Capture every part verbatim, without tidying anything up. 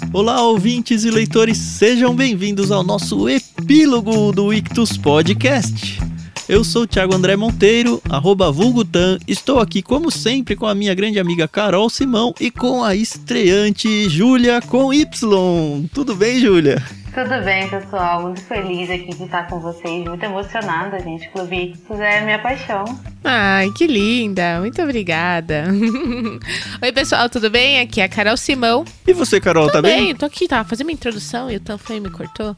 Olá, ouvintes e leitores, sejam bem-vindos ao nosso epílogo do Ictus Podcast. Eu sou o Thiago André Monteiro, arroba vulgutan, estou aqui como sempre com a minha grande amiga Carol Simão e com a estreante Júlia com Y. Tudo bem, Júlia? Tudo bem, pessoal. Muito feliz aqui de estar com vocês. Muito emocionada, gente. O Clube Ictus é a minha paixão. Ai, que linda. Muito obrigada. Oi, pessoal. Tudo bem? Aqui é a Carol Simão. E você, Carol, Tudo tá bem? bem? Tô aqui, tá fazendo uma introdução e o Tanflame me cortou.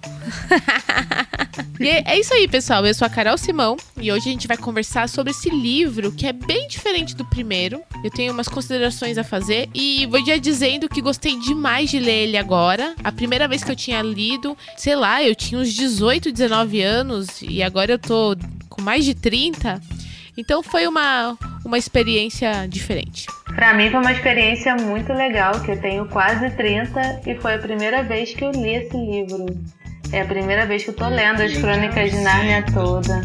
E é isso aí, pessoal. Eu sou a Carol Simão e hoje a gente vai conversar sobre esse livro que é bem diferente do primeiro. Eu tenho umas considerações a fazer e vou já dizendo que gostei demais de ler ele agora. A primeira vez que eu tinha lido, sei lá, eu tinha uns dezoito, dezenove anos e agora eu tô com mais de trinta. Então foi uma, uma experiência diferente. Pra mim foi uma experiência muito legal, que eu tenho quase trinta e foi a primeira vez que eu li esse livro. É a primeira vez que eu tô lendo as Crônicas de Nárnia toda.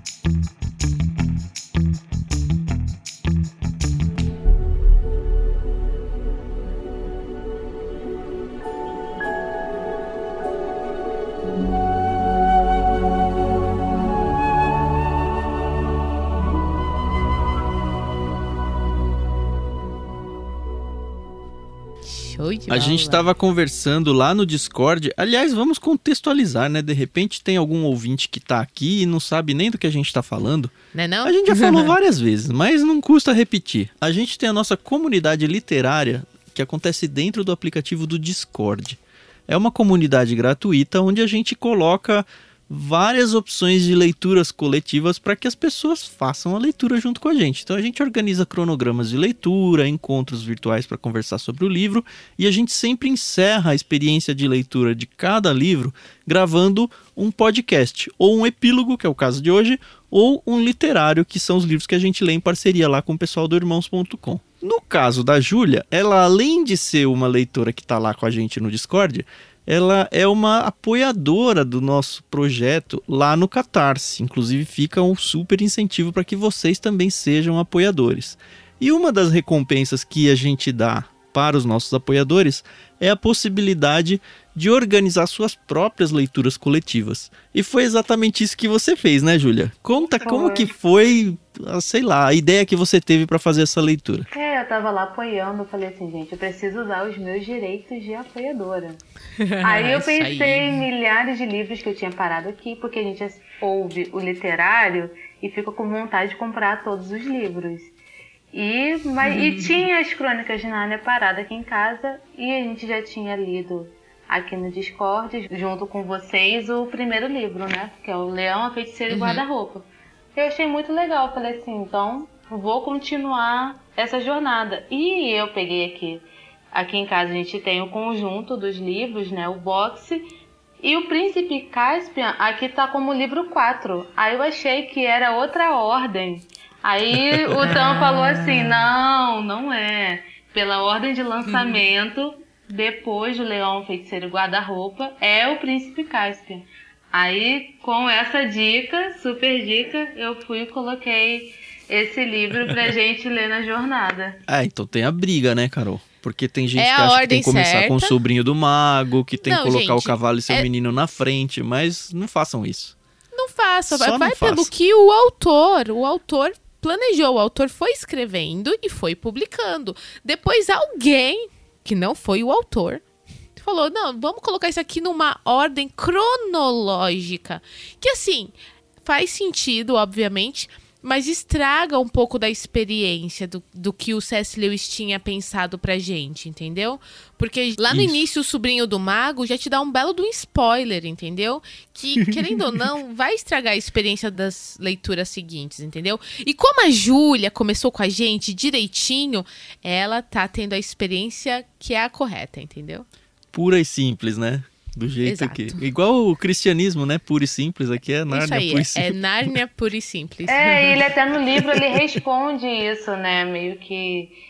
A gente estava conversando lá no Discord. Aliás, vamos contextualizar, né? De repente tem algum ouvinte que tá aqui e não sabe nem do que a gente tá falando. Não é não? A gente já falou várias vezes, mas não custa repetir. A gente tem a nossa comunidade literária que acontece dentro do aplicativo do Discord. É uma comunidade gratuita onde a gente coloca várias opções de leituras coletivas para que as pessoas façam a leitura junto com a gente. Então a gente organiza cronogramas de leitura, encontros virtuais para conversar sobre o livro e a gente sempre encerra a experiência de leitura de cada livro gravando um podcast, ou um epílogo, que é o caso de hoje, ou um literário, que são os livros que a gente lê em parceria lá com o pessoal do irmãos ponto com. No caso da Júlia, ela além de ser uma leitora que está lá com a gente no Discord, ela é uma apoiadora do nosso projeto lá no Catarse. Inclusive fica um super incentivo para que vocês também sejam apoiadores. E uma das recompensas que a gente dá para os nossos apoiadores é a possibilidade de organizar suas próprias leituras coletivas. E foi exatamente isso que você fez, né, Júlia? Conta como que foi, sei lá, a ideia que você teve para fazer essa leitura. É, eu tava lá apoiando, eu falei assim, gente, eu preciso usar os meus direitos de apoiadora. Aí eu pensei aí. em milhares de livros que eu tinha parado aqui, porque a gente ouve o literário e fica com vontade de comprar todos os livros. E, mas, uhum. e tinha as Crônicas de Nárnia parada aqui em casa e a gente já tinha lido aqui no Discord, junto com vocês, o primeiro livro, né? Que é o Leão, a Feiticeira uhum. e Guarda-Roupa. Eu achei muito legal, falei assim, então vou continuar essa jornada. E eu peguei aqui, aqui em casa a gente tem o conjunto dos livros, né? O boxe. E o Príncipe Caspian aqui tá como livro quatro. Aí eu achei que era outra ordem. Aí o Tam falou assim, não, não é. Pela ordem de lançamento, uhum. depois do Leão, Feiticeiro e Guarda-Roupa, é o Príncipe Caspian. Aí, com essa dica, super dica, eu fui e coloquei esse livro pra gente ler na jornada. Ah, então tem a briga, né, Carol? Porque tem gente é que acha que tem que começar certa. com o Sobrinho do Mago, que tem não, que colocar gente, o cavalo e seu é... menino na frente, mas não façam isso. Não faça, Só vai, não vai faça. pelo que o autor, o autor planejou, o autor foi escrevendo e foi publicando. Depois alguém, que não foi o autor, falou, não, vamos colocar isso aqui numa ordem cronológica. Que assim, faz sentido, obviamente, mas estraga um pouco da experiência do, do que o C S. Lewis tinha pensado pra gente, entendeu? Porque lá no Isso. início o Sobrinho do Mago já te dá um belo de um spoiler, entendeu? Que, querendo ou não, vai estragar a experiência das leituras seguintes, entendeu? E como a Júlia começou com a gente direitinho, ela tá tendo a experiência que é a correta, entendeu? Pura e simples, né? Do jeito Exato. que... Igual o cristianismo, né? Puro e simples. Aqui é Nárnia isso aí, pura e é, simples. é Nárnia pura e simples. É, ele até no livro ele responde isso, né? Meio que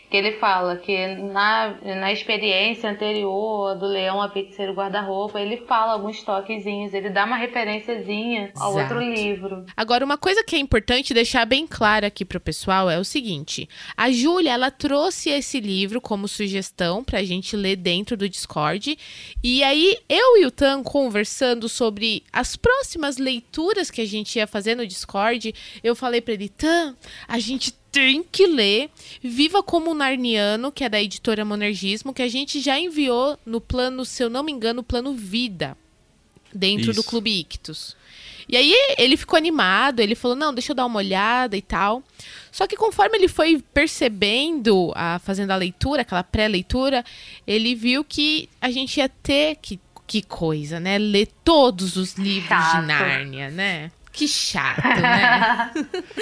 que ele fala que na, na experiência anterior do Leão, a Feiticeira e o Guarda-Roupa, ele fala alguns toquezinhos, ele dá uma referenciazinha ao Exato. outro livro. Agora, uma coisa que é importante deixar bem clara aqui pro pessoal é o seguinte, a Júlia, ela trouxe esse livro como sugestão pra gente ler dentro do Discord, e aí eu e o Tan conversando sobre as próximas leituras que a gente ia fazer no Discord, eu falei pra ele, Tan, a gente tem que ler Viva como um Narniano, que é da editora Monergismo, que a gente já enviou no plano, se eu não me engano, plano Vida, dentro Isso. do Clube Ictus. E aí ele ficou animado, ele falou, não, deixa eu dar uma olhada e tal. Só que conforme ele foi percebendo, a, fazendo a leitura, aquela pré-leitura, ele viu que a gente ia ter que, que coisa, né? Ler todos os livros Chato. de Nárnia, né? Que chato, né?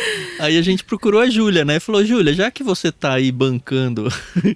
Aí a gente procurou a Júlia, né? Falou, Júlia, já que você tá aí bancando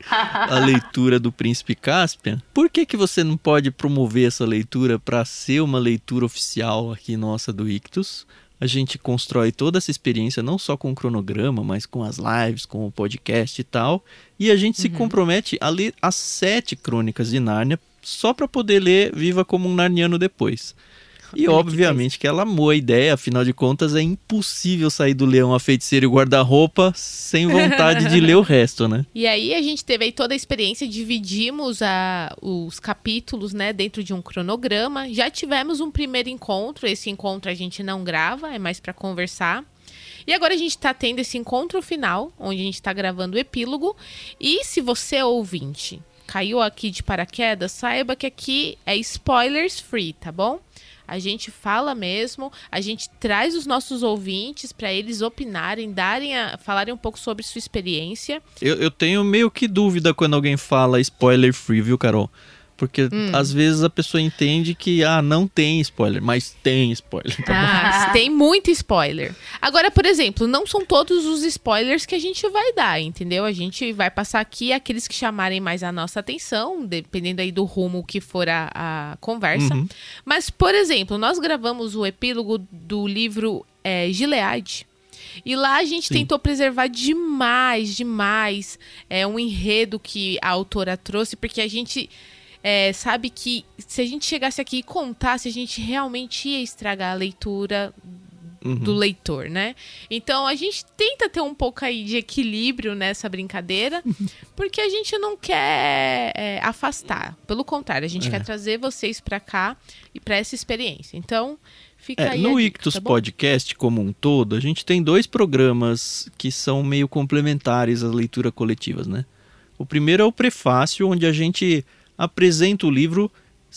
a leitura do Príncipe Caspian, por que que você não pode promover essa leitura para ser uma leitura oficial aqui nossa do Ictus? A gente constrói toda essa experiência, não só com o cronograma, mas com as lives, com o podcast e tal. E a gente se Uhum. compromete a ler as sete crônicas de Nárnia, só para poder ler Viva como um Narniano depois. E Olha que obviamente que ela amou a ideia, afinal de contas é impossível sair do Leão, a Feiticeira e o Guarda-Roupa sem vontade de ler o resto, né? E aí a gente teve aí toda a experiência, dividimos a, os capítulos, né, dentro de um cronograma. Já tivemos um primeiro encontro, esse encontro a gente não grava, é mais para conversar. E agora a gente tá tendo esse encontro final, onde a gente tá gravando o epílogo. E se você, ouvinte, caiu aqui de paraquedas, saiba que aqui é spoilers free, tá bom? A gente fala mesmo, a gente traz os nossos ouvintes para eles opinarem, darem a, falarem um pouco sobre sua experiência. Eu, eu tenho meio que dúvida quando alguém fala spoiler free, viu, Carol? Porque Hum. às vezes a pessoa entende que, ah, não tem spoiler, mas tem spoiler. Tá bom? Ah, tem muito spoiler. Agora, por exemplo, não são todos os spoilers que a gente vai dar, entendeu? A gente vai passar aqui aqueles que chamarem mais a nossa atenção, dependendo aí do rumo que for a, a conversa. Uhum. Mas, por exemplo, nós gravamos o epílogo do livro é, Gilead. E lá a gente Sim. tentou preservar demais, demais é, um enredo que a autora trouxe, porque a gente... É, sabe que se a gente chegasse aqui e contasse, a gente realmente ia estragar a leitura Uhum. do leitor, né? Então a gente tenta ter um pouco aí de equilíbrio nessa brincadeira, porque a gente não quer é, afastar. Pelo contrário, a gente É. quer trazer vocês pra cá e pra essa experiência. Então, fica É, aí no a dica, Ictus tá bom? Podcast como um todo, a gente tem dois programas que são meio complementares às leituras coletivas, né? O primeiro é o prefácio, onde a gente apresenta o livro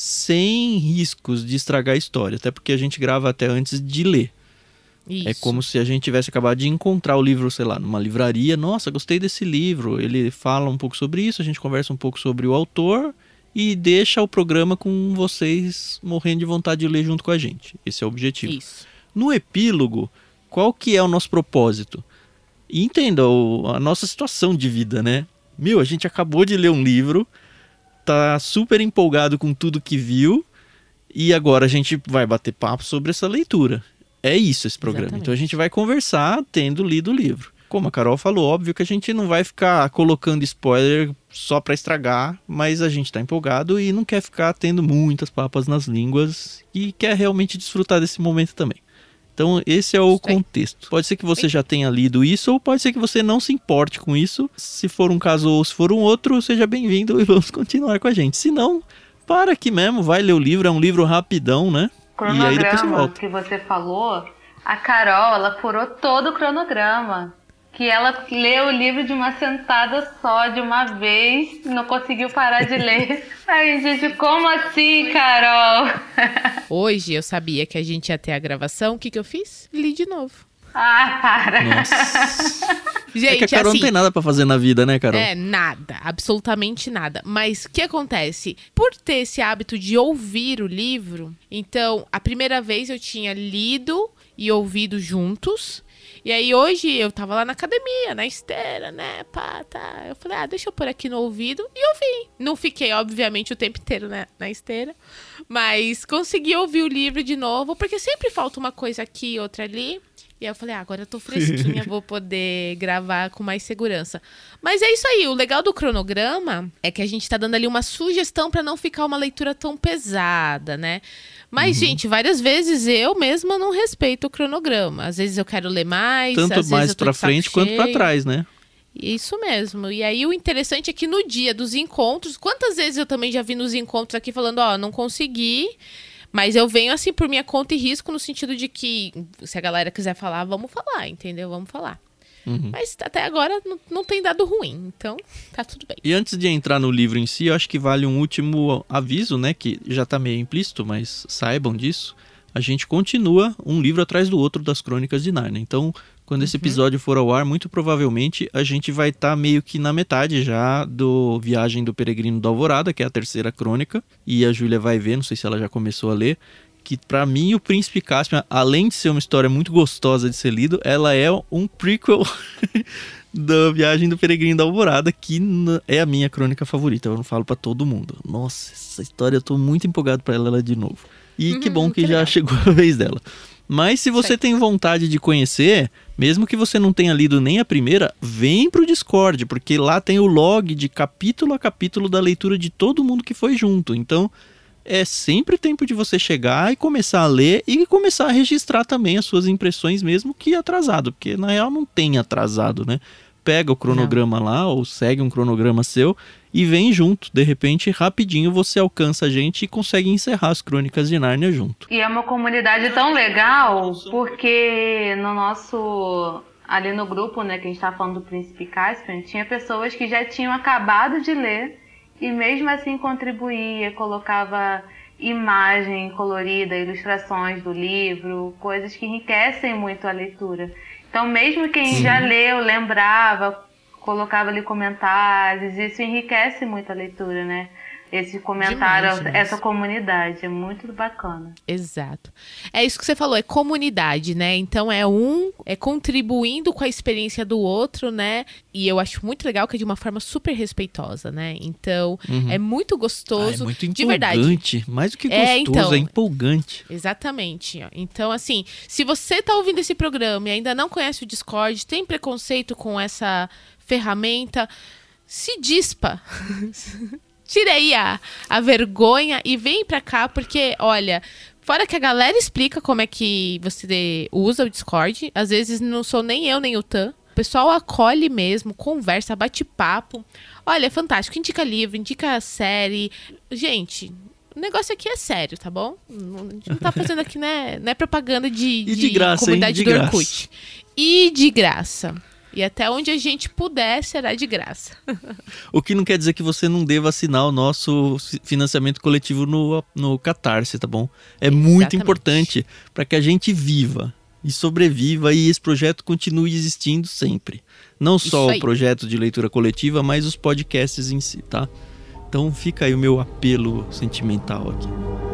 sem riscos de estragar a história, até porque a gente grava até antes de ler. Isso. É como se a gente tivesse acabado de encontrar o livro, sei lá, numa livraria. Nossa, gostei desse livro. Ele fala um pouco sobre isso, a gente conversa um pouco sobre o autor e deixa o programa com vocês morrendo de vontade de ler junto com a gente. Esse é o objetivo. Isso. No epílogo, qual que é o nosso propósito? E entenda o- a nossa situação de vida, né? Meu, a gente acabou de ler um livro, tá super empolgado com tudo que viu e agora a gente vai bater papo sobre essa leitura. É isso esse programa. Exatamente. Então a gente vai conversar tendo lido o livro. Como a Carol falou, óbvio que a gente não vai ficar colocando spoiler só pra estragar, mas a gente tá empolgado e não quer ficar tendo muitas papas nas línguas e quer realmente desfrutar desse momento também. Então esse é o Isso aí. contexto. Pode ser que você já tenha lido isso ou pode ser que você não se importe com isso. Se for um caso ou se for um outro, seja bem-vindo e vamos continuar com a gente. Se não, para aqui mesmo, vai ler o livro, é um livro rapidão, né? E aí depois você Cronograma volta. que você falou, a Carol, ela furou todo o cronograma. Que ela leu o livro de uma sentada só, de uma vez, não conseguiu parar de ler. Ai, gente, como assim, Carol? Hoje eu sabia que a gente ia ter a gravação. O que que eu fiz? Li de novo. Ah, para. Nossa. Gente, É que a Carol assim, não tem nada pra fazer na vida, né, Carol? É, nada, absolutamente nada. Mas o que acontece? Por ter esse hábito de ouvir o livro, então, a primeira vez eu tinha lido e ouvido juntos. E aí hoje eu tava lá na academia, na esteira, né, pá, tá. Eu falei, ah, deixa eu pôr aqui no ouvido e ouvi. Não fiquei, obviamente, o tempo inteiro, né, na esteira. Mas consegui ouvir o livro de novo, porque sempre falta uma coisa aqui, outra ali. E aí eu falei, ah, agora eu tô fresquinha, vou poder gravar com mais segurança. Mas é isso aí, o legal do cronograma é que a gente tá dando ali uma sugestão pra não ficar uma leitura tão pesada, né? Mas, uhum. gente, várias vezes eu mesma não respeito o cronograma. Às vezes eu quero ler mais, tanto às mais vezes eu tô pra de saco frente quanto pra cheio. trás, né? Isso mesmo. E aí o interessante é que no dia dos encontros, quantas vezes eu também já vi nos encontros aqui falando, ó, não consegui, mas eu venho assim por minha conta e risco no sentido de que se a galera quiser falar, vamos falar, entendeu? Vamos falar. Uhum. Mas até agora não, não tem dado ruim, então tá tudo bem. E antes de entrar no livro em si, eu acho que vale um último aviso, né, que já tá meio implícito, mas saibam disso. A gente continua um livro atrás do outro das Crônicas de Nárnia. Então, quando esse episódio for ao ar, muito provavelmente a gente vai estar tá meio que na metade já do Viagem do Peregrino da Alvorada, que é a terceira crônica. E a Júlia vai ver, não sei se ela já começou a ler, que pra mim o Príncipe Caspian, além de ser uma história muito gostosa de ser lido, ela é um prequel da Viagem do Peregrino da Alvorada, que é a minha crônica favorita. Eu não falo pra todo mundo. Nossa, essa história eu tô muito empolgado pra ela ler de novo. E uhum, que bom que, que já legal. Chegou a vez dela. Mas se você certo. Tem vontade de conhecer, mesmo que você não tenha lido nem a primeira, vem pro Discord, porque lá tem o log de capítulo a capítulo da leitura de todo mundo que foi junto. Então, é sempre tempo de você chegar e começar a ler e começar a registrar também as suas impressões, mesmo que atrasado, porque na real não tem atrasado, né? Pega o cronograma não. lá, ou segue um cronograma seu e vem junto. De repente, rapidinho, você alcança a gente e consegue encerrar as Crônicas de Nárnia junto. E é uma comunidade tão legal, porque no nosso... ali no grupo, né, que a gente estava falando do Príncipe Caspian, tinha pessoas que já tinham acabado de ler e mesmo assim contribuía, colocava imagem colorida, ilustrações do livro, coisas que enriquecem muito a leitura. Então, mesmo quem Sim. já leu, lembrava, colocava ali comentários, isso enriquece muito a leitura, né? Esse comentário, demais, demais. Essa comunidade, é muito bacana. Exato. É isso que você falou, é comunidade, né? Então é um, é contribuindo com a experiência do outro, né? E eu acho muito legal que é de uma forma super respeitosa, né? Então uhum. é muito gostoso, ah, é muito empolgante, de verdade. Mais do que gostoso, é, então, é empolgante. Exatamente. Então assim, se você tá ouvindo esse programa e ainda não conhece o Discord, tem preconceito com essa ferramenta, se dispa. Tira aí a, a vergonha e vem pra cá, porque, olha, fora que a galera explica como é que você usa o Discord, às vezes não sou nem eu nem o Tan, o pessoal acolhe mesmo, conversa, bate papo. Olha, é fantástico, indica livro, indica série. Gente, o negócio aqui é sério, tá bom? A gente não tá fazendo aqui, né, não é propaganda de, e de, de graça, comunidade hein? De do graça. Orkut. E de graça. E até onde a gente puder, será de graça. O que não quer dizer que você não deva assinar o nosso financiamento coletivo no, no Catarse, tá bom? É Exatamente. Muito importante para que a gente viva e sobreviva e esse projeto continue existindo sempre. Não só o projeto de leitura coletiva, mas os podcasts em si, tá? Então fica aí o meu apelo sentimental aqui.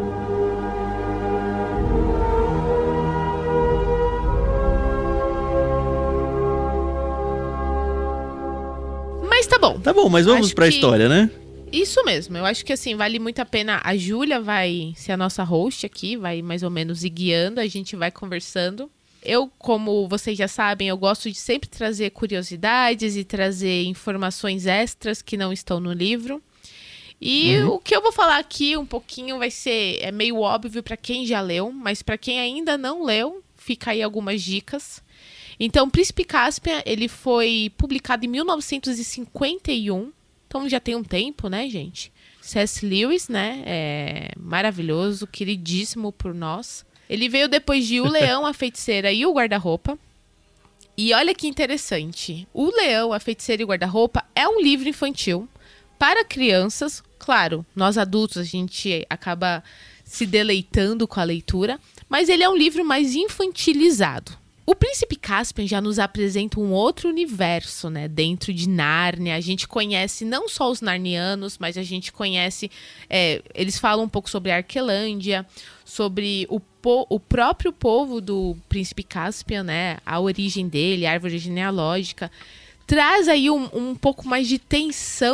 Mas tá bom. Tá bom, mas vamos acho pra que... história, né? Isso mesmo. Eu acho que assim, vale muito a pena. A Júlia vai ser a nossa host aqui, vai mais ou menos ir guiando, a gente vai conversando. Eu, como vocês já sabem, eu gosto de sempre trazer curiosidades e trazer informações extras que não estão no livro. E uhum. o que eu vou falar aqui um pouquinho vai ser, é meio óbvio pra quem já leu, mas pra quem ainda não leu, fica aí algumas dicas. Então, Príncipe Caspian, ele foi publicado em mil novecentos e cinquenta e um. Então, já tem um tempo, né, gente? C S. Lewis, né? É maravilhoso, queridíssimo por nós. Ele veio depois de O Leão, a Feiticeira e o Guarda-Roupa. E olha que interessante. O Leão, a Feiticeira e o Guarda-Roupa é um livro infantil para crianças. Claro, nós adultos, a gente acaba se deleitando com a leitura. Mas ele é um livro mais infantilizado. O Príncipe Caspian já nos apresenta um outro universo, né? Dentro de Nárnia. A gente conhece não só os narnianos, mas a gente conhece... É, eles falam um pouco sobre a Arquelândia, sobre o, po- o próprio povo do Príncipe Caspian, né? A origem dele, a árvore genealógica. Traz aí um, um pouco mais de tensão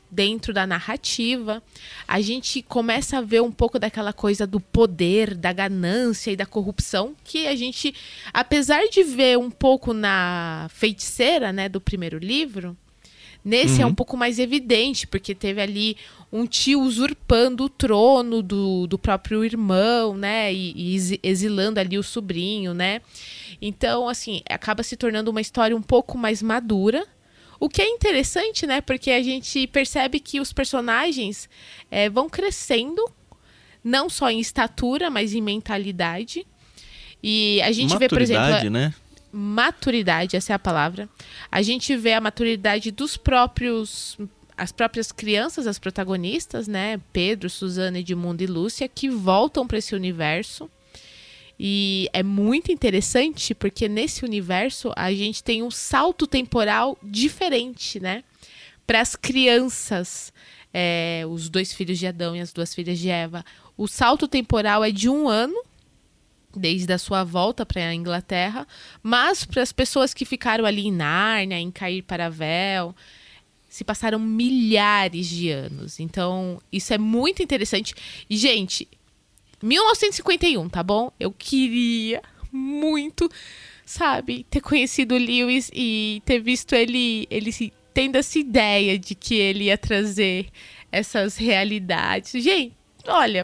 dentro da narrativa, a gente começa a ver um pouco daquela coisa do poder, da ganância e da corrupção, que a gente, apesar de ver um pouco na Feiticeira, né, do primeiro livro, nesse uhum. é um pouco mais evidente, porque teve ali um tio usurpando o trono do, do próprio irmão, né, e, e exilando ali o sobrinho, né. Então, assim, acaba se tornando uma história um pouco mais madura, o que é interessante, né? Porque a gente percebe que os personagens é, vão crescendo, não só em estatura, mas em mentalidade. E a gente vê, por exemplo... Maturidade, né? Maturidade, essa é a palavra. A gente vê a maturidade dos próprios... As próprias crianças, as protagonistas, né? Pedro, Suzana, Edmundo e Lúcia, que voltam para esse universo. E é muito interessante porque nesse universo a gente tem um salto temporal diferente, né? Para as crianças, é, os dois filhos de Adão e as duas filhas de Eva. O salto temporal é de um ano, desde a sua volta para a Inglaterra. Mas para as pessoas que ficaram ali em Nárnia, em Cair Paravel, se passaram milhares de anos. Então, isso é muito interessante. E, gente... mil novecentos e cinquenta e um, tá bom? Eu queria muito, sabe, ter conhecido o Lewis e ter visto ele, ele tendo essa ideia de que ele ia trazer essas realidades. Gente, olha,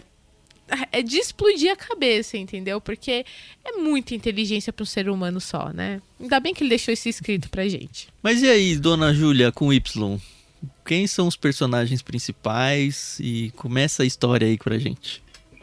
é de explodir a cabeça, entendeu? Porque é muita inteligência para um ser humano só, né? Ainda bem que ele deixou isso escrito pra gente. Mas e aí, Dona Júlia, com Y? Quem são os personagens principais? E começa a história aí pra gente.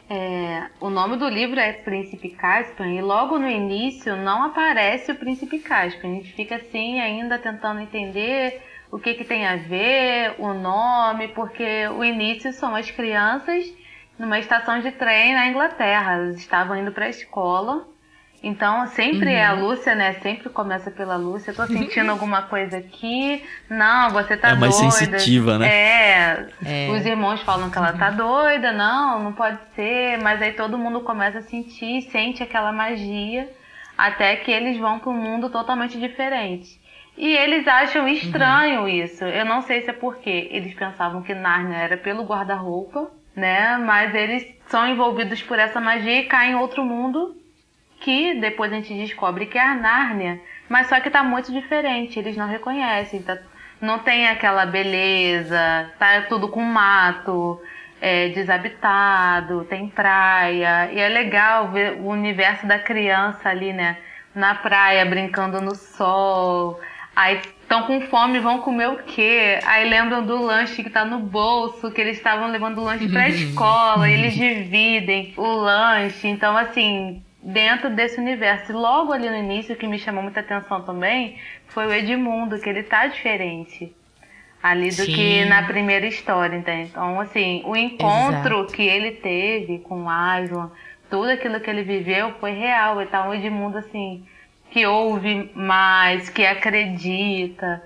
É, o nome do livro é Príncipe Caspian e logo no início não aparece o Príncipe Caspian. A gente fica assim ainda tentando entender o que, que tem a ver, o nome, porque o início são as crianças numa estação de trem na Inglaterra. Elas estavam indo para a escola. Então sempre uhum. é a Lúcia, né? Sempre começa pela Lúcia. Eu tô sentindo alguma coisa aqui. Não, você tá doida. É mais doida. sensitiva, né? É. é. Os irmãos falam que ela tá doida. Não, não pode ser. Mas aí todo mundo começa a sentir, sente aquela magia. Até que eles vão para um mundo totalmente diferente. E eles acham estranho uhum. isso. Eu não sei se é porque eles pensavam que Nárnia era pelo guarda-roupa, né? Mas eles são envolvidos por essa magia e caem em outro mundo, que depois a gente descobre que é a Nárnia, mas só que tá muito diferente, eles não reconhecem, tá, não tem aquela beleza, tá tudo com mato, é, desabitado, tem praia, e é legal ver o universo da criança ali, né, na praia, brincando no sol, aí estão com fome, vão comer o quê? Aí lembram do lanche que tá no bolso, que eles estavam levando o lanche pra escola, eles dividem o lanche, então assim... dentro desse universo. E logo ali no início, o que me chamou muita atenção também foi o Edmundo, que ele tá diferente ali do Sim. que na primeira história, entende? Então, assim, o encontro Exato. que ele teve com o Aslan, tudo aquilo que ele viveu foi real. E tá um Edmundo, assim, que ouve mais, que acredita.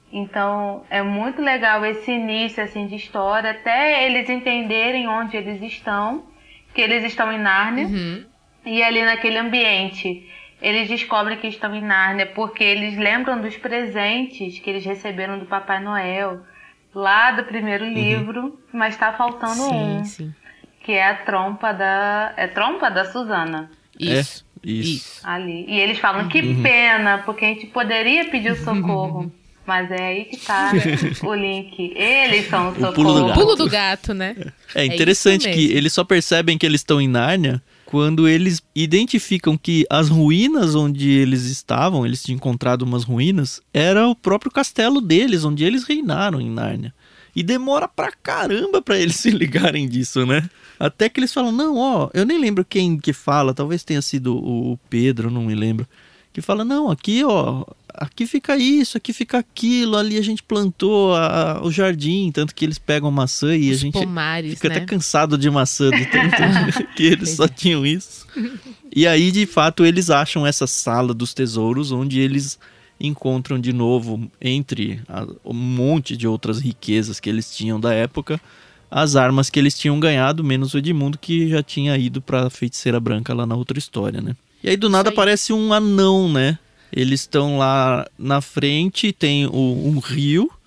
Então, é muito legal esse início, assim, de história, até eles entenderem onde eles estão, que eles estão em Nárnia. Uhum. E ali naquele ambiente, eles descobrem que estão em Nárnia porque eles lembram dos presentes que eles receberam do Papai Noel, lá do primeiro uhum. livro, mas está faltando sim, um, sim. que é a trompa da... É trompa da Suzana. Isso, é, isso. Ali. E eles falam, que uhum. pena, porque a gente poderia pedir o socorro. Mas é aí que tá o link. Eles são o, o socorro. Pulo do gato, pulo do gato né? É interessante é que eles só percebem que eles estão em Nárnia quando eles identificam que as ruínas onde eles estavam, eles tinham encontrado umas ruínas, era o próprio castelo deles, onde eles reinaram em Nárnia. E demora pra caramba pra eles se ligarem disso, né? Até que eles falam, não, ó, eu nem lembro quem que fala, talvez tenha sido o Pedro, não me lembro, que fala, não, aqui, ó, aqui fica isso, aqui fica aquilo, ali a gente plantou a, o jardim, tanto que eles pegam maçã e Os a gente pomares, fica né? até cansado de maçã, de tanto que eles só tinham isso. E aí, de fato, eles acham essa sala dos tesouros, onde eles encontram de novo, entre a, um monte de outras riquezas que eles tinham da época, as armas que eles tinham ganhado, menos o Edmundo, que já tinha ido pra Feiticeira Branca lá na outra história, né? E aí do nada aparece um anão, né? Eles estão lá na frente, tem o, um rio,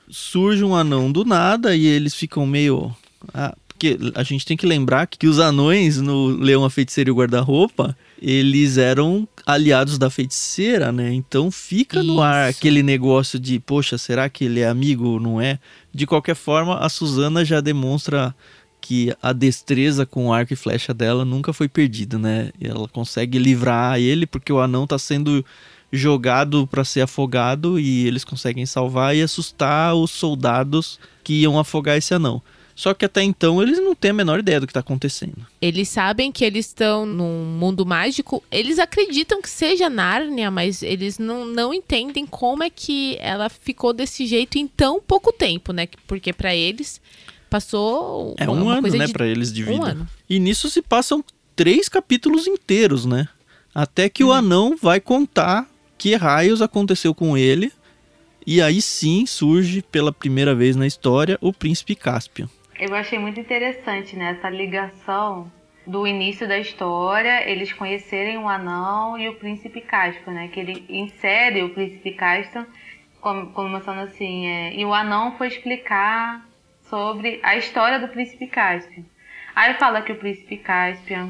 surge um anão do nada e eles ficam meio... Ah, porque a gente tem que lembrar que os anões no Leão, a Feiticeira e o Guarda-Roupa, eles eram aliados da feiticeira, né? Então fica no Isso. ar aquele negócio de, poxa, será que ele é amigo ou não é? De qualquer forma, a Susana já demonstra que a destreza com o arco e flecha dela nunca foi perdida, né? Ela consegue livrar ele porque o anão tá sendo jogado para ser afogado e eles conseguem salvar e assustar os soldados que iam afogar esse anão. Só que até então eles não têm a menor ideia do que está acontecendo. Eles sabem que eles estão num mundo mágico. Eles acreditam que seja Nárnia, mas eles não, não entendem como é que ela ficou desse jeito em tão pouco tempo, né? Porque para eles passou É uma um ano, coisa né, de... para eles de vida. Um ano. E nisso se passam três capítulos inteiros, né? Até que hum. o anão vai contar que raios aconteceu com ele. E aí sim surge pela primeira vez na história o Príncipe Caspian. Eu achei muito interessante, né, essa ligação do início da história, eles conhecerem o anão e o Príncipe Caspian, né, que ele insere o Príncipe Caspian, começando assim, é, e o anão foi explicar sobre a história do Príncipe Caspian. Aí fala que o Príncipe Caspian,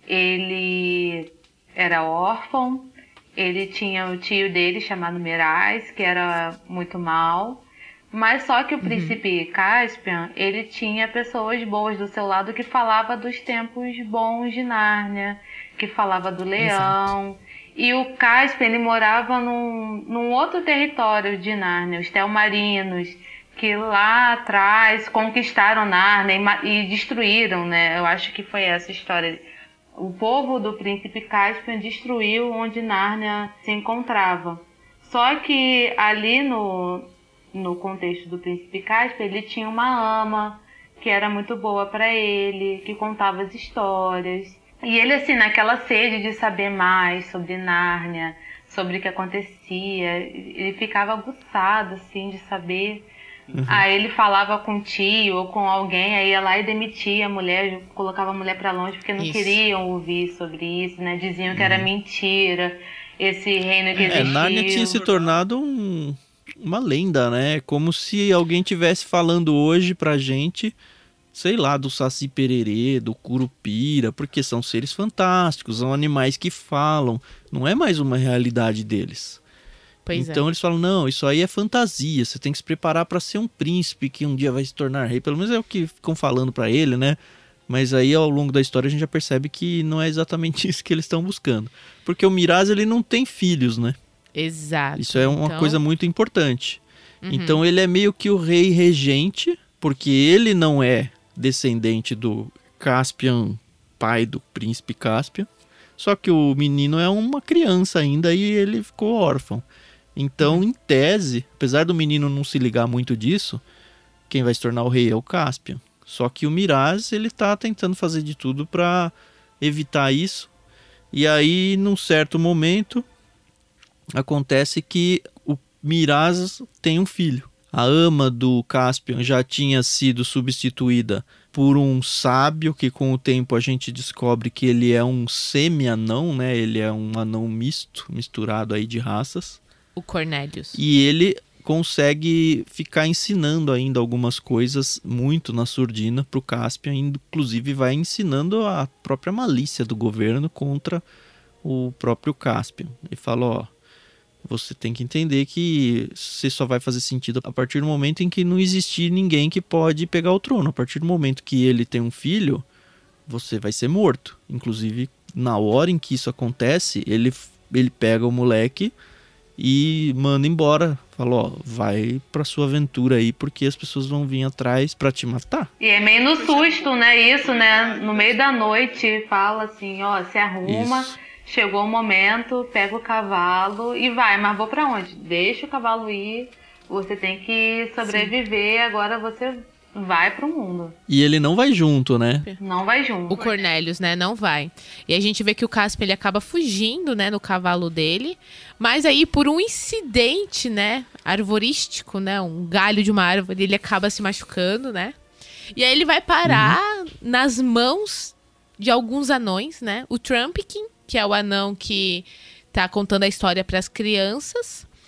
ele era órfão, ele tinha o tio dele chamado Miraz, que era muito mau. Mas só que o príncipe uhum. Caspian, ele tinha pessoas boas do seu lado que falava dos tempos bons de Nárnia, que falava do leão. Exato. E o Caspian, ele morava num, num outro território de Nárnia, os Telmarinos, que lá atrás conquistaram Nárnia e, e destruíram, né? Eu acho que foi essa história. O povo do príncipe Caspian destruiu onde Nárnia se encontrava. Só que ali no... no contexto do Príncipe Caspian, ele tinha uma ama que era muito boa para ele, que contava as histórias. E ele, assim, naquela sede de saber mais sobre Nárnia, sobre o que acontecia, ele ficava aguçado, assim, de saber. Uhum. Aí ele falava com o tio ou com alguém, aí ia lá e demitia a mulher, colocava a mulher para longe, porque não isso. queriam ouvir sobre isso, né? Diziam que uhum. era mentira, esse reino que existia. É, Nárnia tinha se tornado um... uma lenda, né? Como se alguém tivesse falando hoje pra gente, sei lá, do Saci Pererê, do Curupira, porque são seres fantásticos, são animais que falam, não é mais uma realidade deles. Pois então é. Eles falam, não, isso aí é fantasia, você tem que se preparar pra ser um príncipe que um dia vai se tornar rei, pelo menos é o que ficam falando pra ele, né? Mas aí ao longo da história a gente já percebe que não é exatamente isso que eles estão buscando. Porque o Miraz, ele não tem filhos, né? Exato. Isso é uma então... coisa muito importante. Uhum. Então ele é meio que o rei regente, porque ele não é descendente do Caspian, pai do príncipe Caspian. Só que o menino é uma criança ainda e ele ficou órfão. Então, uhum. em tese, apesar do menino não se ligar muito disso, quem vai se tornar o rei é o Caspian. Só que o Miraz, ele tá tentando fazer de tudo para evitar isso. E aí, num certo momento... acontece que o Miraz tem um filho. A ama do Caspian já tinha sido substituída por um sábio, que com o tempo a gente descobre que ele é um semi-anão, né? Ele é um anão misto, misturado aí de raças. O Cornelius. E ele consegue ficar ensinando ainda algumas coisas muito na surdina pro Caspian, inclusive vai ensinando a própria malícia do governo contra o próprio Caspian. Ele fala, ó, você tem que entender que você só vai fazer sentido a partir do momento em que não existir ninguém que pode pegar o trono. A partir do momento que ele tem um filho, você vai ser morto. Inclusive, na hora em que isso acontece, ele, ele pega o moleque e manda embora. Fala, ó, vai pra sua aventura aí, porque as pessoas vão vir atrás pra te matar. E é meio no susto, né? Isso, né? No meio da noite, fala assim, ó, se arruma... Isso. Chegou o momento, pega o cavalo e vai, mas vou pra onde? Deixa o cavalo ir, você tem que sobreviver, Sim. agora você vai pro mundo. E ele não vai junto, né? Não vai junto. O Cornelius, né, não vai. E a gente vê que o Caspian, ele acaba fugindo, né, no cavalo dele, mas aí por um incidente, né, arvorístico, né, um galho de uma árvore, ele acaba se machucando, né? E aí ele vai parar uhum. nas mãos de alguns anões, né? O Trumpkin, que é o anão que tá contando a história para as crianças.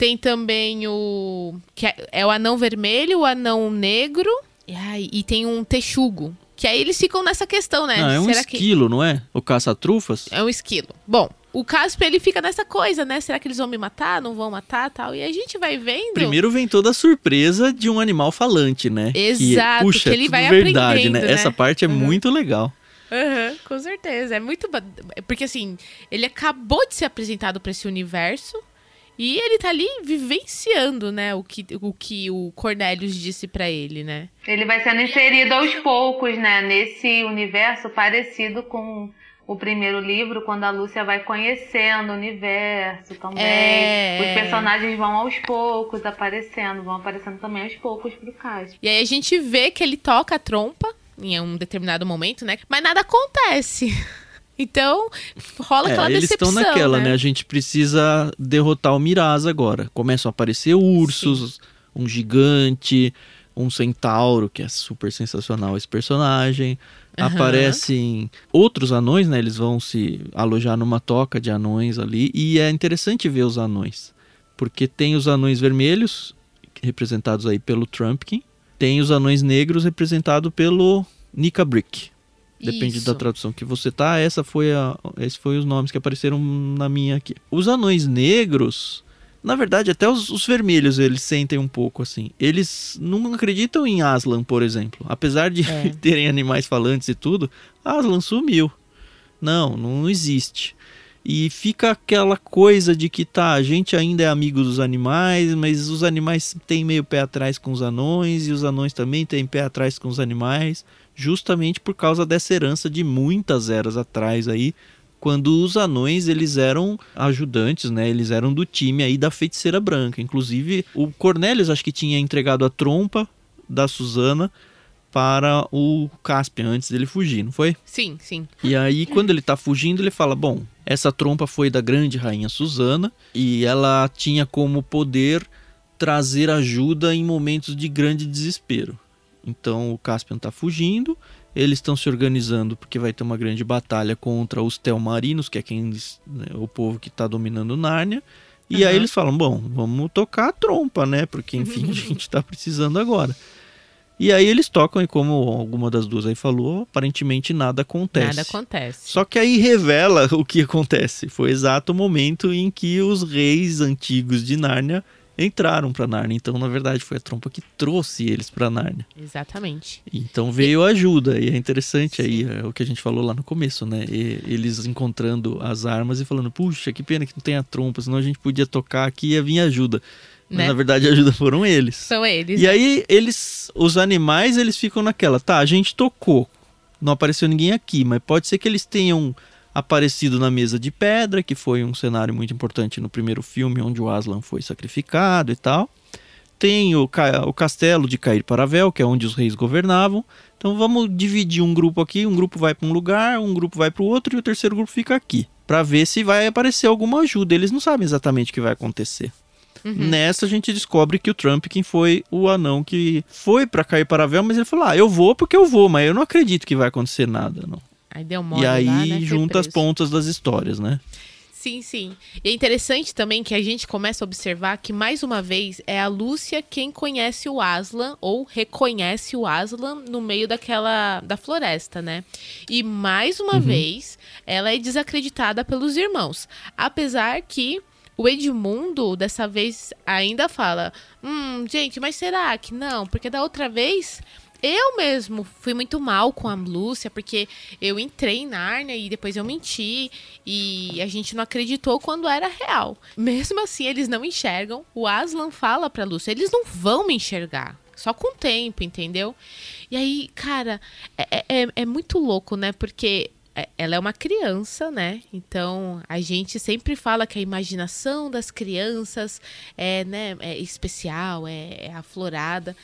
Tem também o... que é, é o anão vermelho, o anão negro. E, ai, e tem um texugo. Que aí eles ficam nessa questão, né? Não, é um Será esquilo, que... não é? O caça-trufas? É um esquilo. Bom, o Caspian, ele fica nessa coisa, né? Será que eles vão me matar? Não vão matar, tal? E a gente vai vendo... Primeiro vem toda a surpresa de um animal falante, né? Exato, que, puxa, que ele é vai verdade, aprendendo, né? né? Essa parte é Uhum. muito legal. Uhum, com certeza. É muito... ba- Porque, assim, ele acabou de ser apresentado pra esse universo e ele tá ali vivenciando, né? O que o, que o Cornelius disse pra ele, né? Ele vai sendo inserido aos poucos, né? Nesse universo parecido com o primeiro livro, quando a Lúcia vai conhecendo o universo também. É. Os personagens vão aos poucos aparecendo, vão aparecendo também aos poucos pro Caspian. E aí a gente vê que ele toca a trompa em um determinado momento, né? Mas nada acontece. Então, rola É, aquela eles decepção, estão naquela, né? né? A gente precisa derrotar o Miraz agora. Começam a aparecer ursos, um gigante, um centauro, que é super sensacional esse personagem. Aham. Aparecem outros anões, né? Eles vão se alojar numa toca de anões ali. E é interessante ver os anões. Porque tem os anões vermelhos, representados aí pelo Trumpkin. Tem os anões negros, representados pelo Nika Brick. Depende Isso. da tradução que você tá. Essa foi a, esses foram os nomes que apareceram na minha aqui. Os anões negros, na verdade, até os, os vermelhos eles sentem um pouco assim. Eles não acreditam em Aslan, por exemplo. Apesar de É. terem animais falantes e tudo, Aslan sumiu. Não, não existe. E fica aquela coisa de que tá, a gente ainda é amigo dos animais, mas os animais têm meio pé atrás com os anões, e os anões também têm pé atrás com os animais, justamente por causa dessa herança de muitas eras atrás aí, quando os anões eles eram ajudantes, né? Eles eram do time aí da Feiticeira Branca. Inclusive, o Cornelius acho que tinha entregado a trompa da Susana para o Caspian antes dele fugir, não foi? Sim, sim. E aí, quando ele tá fugindo, ele fala, bom, essa trompa foi da grande rainha Susana e ela tinha como poder trazer ajuda em momentos de grande desespero. Então, o Caspian tá fugindo, eles estão se organizando porque vai ter uma grande batalha contra os Telmarinos, que é quem, né, o povo que tá dominando Nárnia. E Uhum. aí eles falam, bom, vamos tocar a trompa, né? Porque, enfim, a gente tá precisando agora. E aí eles tocam e como alguma das duas aí falou, aparentemente nada acontece. Nada acontece. Só que aí revela o que acontece. Foi o exato momento em que os reis antigos de Nárnia entraram pra Nárnia. Então, na verdade, foi a trompa que trouxe eles pra Nárnia. Exatamente. Então veio a ajuda. E é interessante aí é o que a gente falou lá no começo, né? E eles encontrando as armas e falando, puxa, que pena que não tem a trompa, senão a gente podia tocar aqui e ia vir ajuda. Mas Né? na verdade a ajuda foram eles. São eles. E aí eles, os animais, eles ficam naquela, tá, a gente tocou, não apareceu ninguém aqui, mas pode ser que eles tenham aparecido na mesa de pedra, que foi um cenário muito importante no primeiro filme, onde o Aslan foi sacrificado e tal. Tem o, ca- o castelo de Cair Paravel, que é onde os reis governavam. Então vamos dividir um grupo aqui, um grupo vai para um lugar, um grupo vai para o outro e o terceiro grupo fica aqui, para ver se vai aparecer alguma ajuda. Eles não sabem exatamente o que vai acontecer. Uhum. Nessa a gente descobre que o Trumpkin foi o anão que foi pra Cair Paravel, mas ele falou, ah, eu vou porque eu vou, mas eu não acredito que vai acontecer nada, não. Aí deu mole E aí lá, né? Foi junta as preso. pontas das histórias, né? Sim, sim. E é interessante também que a gente começa a observar que, mais uma vez, é a Lúcia quem conhece o Aslan, ou reconhece o Aslan no meio daquela, da floresta, né? E, mais uma Uhum. vez, ela é desacreditada pelos irmãos. Apesar que o Edmundo, dessa vez, ainda fala, hum, gente, mas será que não? Porque da outra vez... Eu mesmo fui muito mal com a Lúcia, porque eu entrei em Nárnia e depois eu menti e a gente não acreditou quando era real. Mesmo assim, eles não enxergam. O Aslan fala pra Lúcia, eles não vão me enxergar. Só com o tempo, entendeu? E aí, cara, é, é, é muito louco, né? Porque ela é uma criança, né? Então, a gente sempre fala que a imaginação das crianças é, né, é especial, é, é aflorada.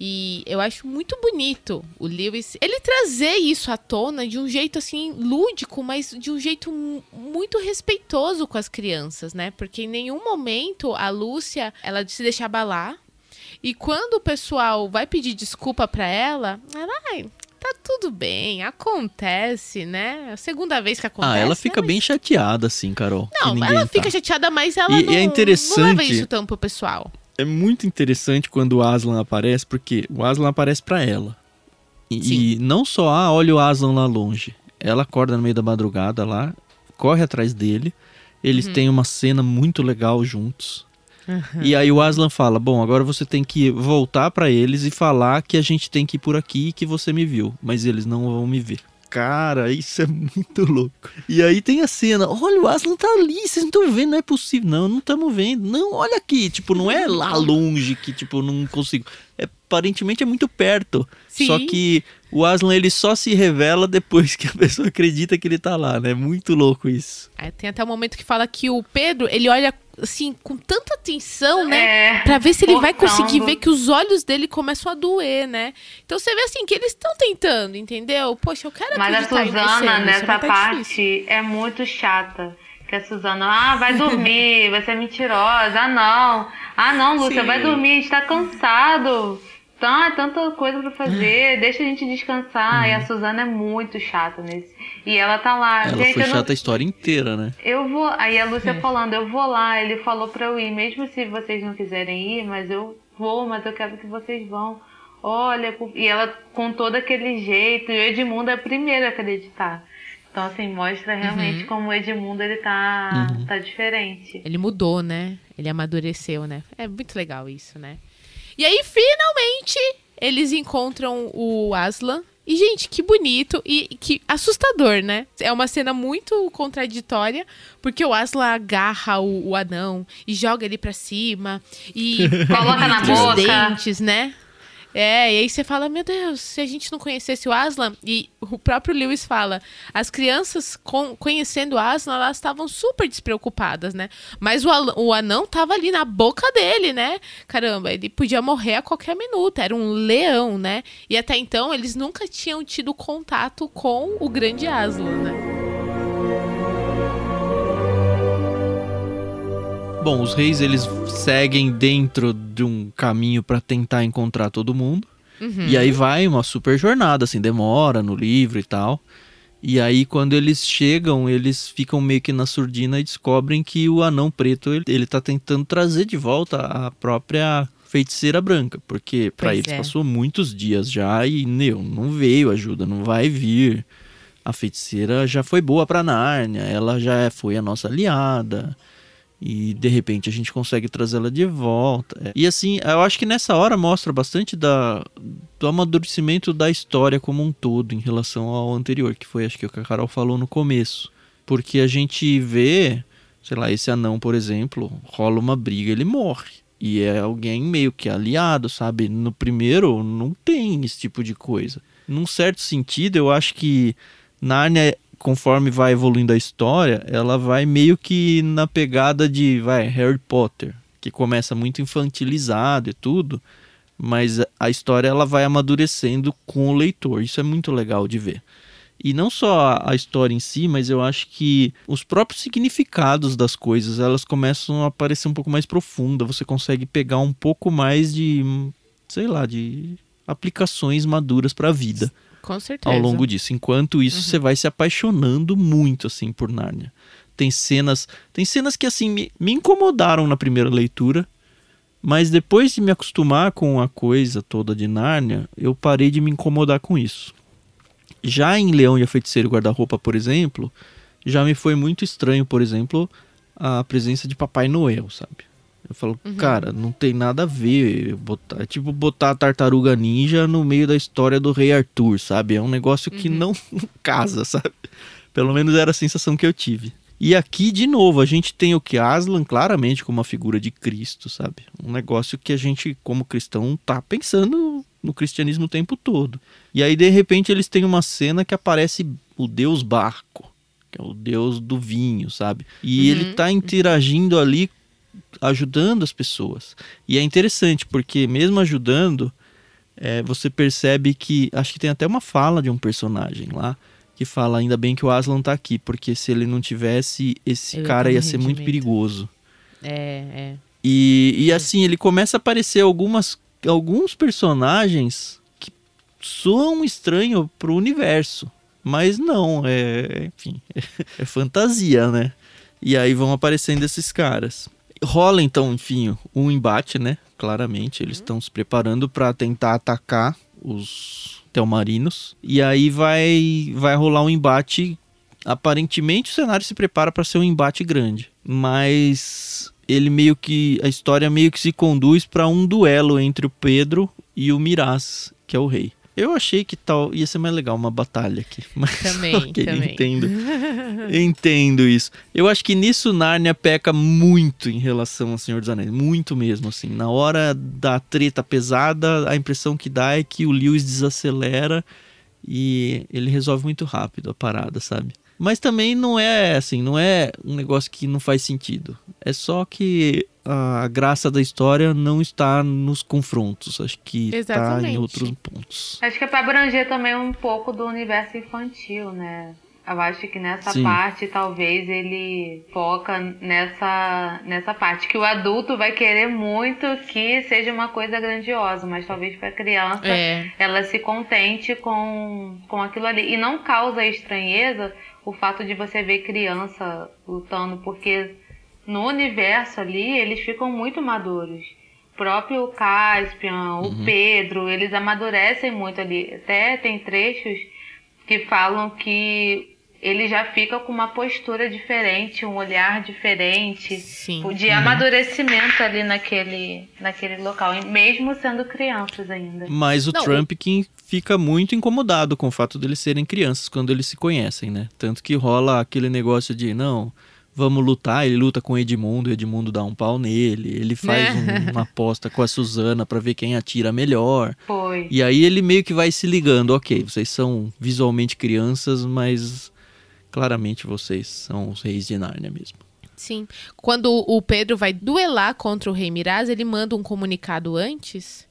E eu acho muito bonito o Lewis, ele trazer isso à tona de um jeito, assim, lúdico, mas de um jeito muito respeitoso com as crianças, né? Porque em nenhum momento a Lúcia, ela se deixa abalar. E quando o pessoal vai pedir desculpa pra ela, ela, ai... tá tudo bem, acontece, né? É a segunda vez que acontece. Ah, ela fica né? bem chateada, assim, Carol. Não, ela fica tá. chateada, mas ela e, não, e é interessante, não leva isso tão pro pessoal. É muito interessante quando o Aslan aparece, porque o Aslan aparece pra ela. E, e não só, ah, olha o Aslan lá longe. Ela acorda no meio da madrugada lá, corre atrás dele. Eles uhum. têm uma cena muito legal juntos. Uhum. E aí o Aslan fala, bom, agora você tem que voltar pra eles e falar que a gente tem que ir por aqui e que você me viu. Mas eles não vão me ver. Cara, isso é muito louco. E aí tem a cena, olha, o Aslan tá ali, vocês não estão vendo, não é possível. Não, não estamos vendo. Não, olha aqui, tipo, não é lá longe que, tipo, não consigo. É, aparentemente é muito perto. Sim. Só que o Aslan, ele só se revela depois que a pessoa acredita que ele tá lá, né? Muito louco isso. É, tem até um momento que fala que o Pedro, ele olha assim, com tanta atenção, né? É, pra ver se ele portando. vai conseguir ver que os olhos dele começam a doer, né? Então você vê assim, que eles estão tentando, entendeu? Poxa, eu quero Mas acreditar a Suzana, em você, nessa tá parte, difícil. é muito chata. Que a Suzana, ah, vai dormir, vai ser mentirosa. Ah, não. Ah, não, Lúcia, Sim. vai dormir, a gente tá cansado. Tá, tanta coisa pra fazer, deixa a gente descansar. Uhum. E a Suzana é muito chata nesse. E ela tá lá. Ela gente, foi eu chata não... a história inteira, né? Eu vou. Aí a Lúcia é. falando, eu vou lá. Ele falou pra eu ir, mesmo se vocês não quiserem ir, mas eu vou, mas eu quero que vocês vão. Olha, e ela com todo aquele jeito. E o Edmundo é o primeiro a acreditar. Então, assim, mostra realmente uhum. como o Edmundo, ele tá, uhum. tá diferente. Ele mudou, né? Ele amadureceu, né? É muito legal isso, né? E aí, finalmente, eles encontram o Aslan. E, gente, que bonito e que assustador, né? É uma cena muito contraditória, porque o Aslan agarra o, o anão e joga ele pra cima. E coloca na boca. Os dentes, né? É, e aí você fala, meu Deus, se a gente não conhecesse o Aslan, e o próprio Lewis fala, as crianças com, conhecendo o Aslan, elas estavam super despreocupadas, né? Mas o, o anão tava ali na boca dele, né? Caramba, ele podia morrer a qualquer minuto, era um leão, né? E até então, eles nunca tinham tido contato com o grande Aslan, né? Bom, os reis, eles seguem dentro de um caminho para tentar encontrar todo mundo. Uhum. E aí vai uma super jornada, assim, demora no livro e tal. E aí, quando eles chegam, eles ficam meio que na surdina e descobrem que o anão preto, ele, ele tá tentando trazer de volta a própria feiticeira branca. Porque para eles é. passou muitos dias já e, meu, não veio ajuda, não vai vir. A feiticeira já foi boa pra Nárnia, ela já foi a nossa aliada. E de repente a gente consegue trazê-la de volta. E assim, eu acho que nessa hora mostra bastante da, do amadurecimento da história como um todo em relação ao anterior, que foi acho que o que a Carol falou no começo. Porque a gente vê, sei lá, esse anão, por exemplo, rola uma briga, ele morre. E é alguém meio que aliado, sabe? No primeiro não tem esse tipo de coisa. Num certo sentido, eu acho que Nárnia, conforme vai evoluindo a história, ela vai meio que na pegada de vai, Harry Potter, que começa muito infantilizado e tudo, mas a história ela vai amadurecendo com o leitor. Isso é muito legal de ver. E não só a história em si, mas eu acho que os próprios significados das coisas, elas começam a aparecer um pouco mais profunda. Você consegue pegar um pouco mais de, sei lá, de aplicações maduras para a vida. Com certeza. Ao longo disso. Enquanto isso, uhum. você vai se apaixonando muito, assim, por Nárnia. Tem cenas, tem cenas que, assim, me, me incomodaram na primeira leitura, mas depois de me acostumar com a coisa toda de Nárnia, eu parei de me incomodar com isso. Já em Leão e a Feiticeira e o Guarda-Roupa, por exemplo, já me foi muito estranho, por exemplo, a presença de Papai Noel, sabe? Eu falo, uhum. cara, não tem nada a ver. Botar, é tipo botar a Tartaruga Ninja no meio da história do Rei Arthur, sabe? É um negócio que uhum. não, não casa, sabe? Pelo menos era a sensação que eu tive. E aqui, de novo, a gente tem o que? Aslan claramente como uma figura de Cristo, sabe? Um negócio que a gente, como cristão, tá pensando no cristianismo o tempo todo. E aí, de repente, eles têm uma cena que aparece o Deus Barco, que é o Deus do vinho, sabe? E uhum. ele tá interagindo ali, ajudando as pessoas. E é interessante, porque mesmo ajudando, é, você percebe que, acho que tem até uma fala de um personagem lá, que fala, ainda bem que o Aslan tá aqui, porque se ele não tivesse, esse Eu cara ia ser rendimento. muito perigoso. É, é. E, e assim, ele começa a aparecer algumas, alguns personagens que soa um estranho pro universo. Mas não, é, enfim, é fantasia, né? E aí vão aparecendo esses caras. Rola então, enfim, um embate, né? Claramente, eles estão se preparando para tentar atacar os Telmarinos. E aí vai, vai rolar um embate. Aparentemente o cenário se prepara para ser um embate grande. Mas ele meio que. A história meio que se conduz para um duelo entre o Pedro e o Miraz, que é o rei. Eu achei que tal ia ser mais legal uma batalha aqui. Mas também, okay, também. Entendo. Entendo isso. Eu acho que nisso Nárnia peca muito em relação ao Senhor dos Anéis. Muito mesmo, assim. Na hora da treta pesada, a impressão que dá é que o Lewis desacelera e ele resolve muito rápido a parada, sabe? Mas também não é assim, não é um negócio que não faz sentido. É só que a graça da história não está nos confrontos. Acho que está em outros pontos. Acho que é para abranger também um pouco do universo infantil, né? Eu acho que nessa Sim. parte, talvez, ele foca nessa, nessa parte. Que o adulto vai querer muito que seja uma coisa grandiosa, mas talvez para a criança é. ela se contente com, com aquilo ali. E não causa estranheza o fato de você ver criança lutando, porque no universo ali eles ficam muito maduros. O próprio Caspian, o uhum. Pedro, eles amadurecem muito ali. Até tem trechos que falam que ele já fica com uma postura diferente, um olhar diferente, Sim. de uhum. amadurecimento ali naquele, naquele local, mesmo sendo crianças ainda. Mas o Não, Trump que fica muito incomodado com o fato de eles serem crianças quando eles se conhecem, né? Tanto que rola aquele negócio de, não, vamos lutar, ele luta com o Edmundo, o Edmundo dá um pau nele, ele faz um, uma aposta com a Susana pra ver quem atira melhor. Foi. E aí ele meio que vai se ligando, ok, vocês são visualmente crianças, mas claramente vocês são os reis de Nárnia mesmo. Sim. Quando o Pedro vai duelar contra o rei Miraz, ele manda um comunicado antes.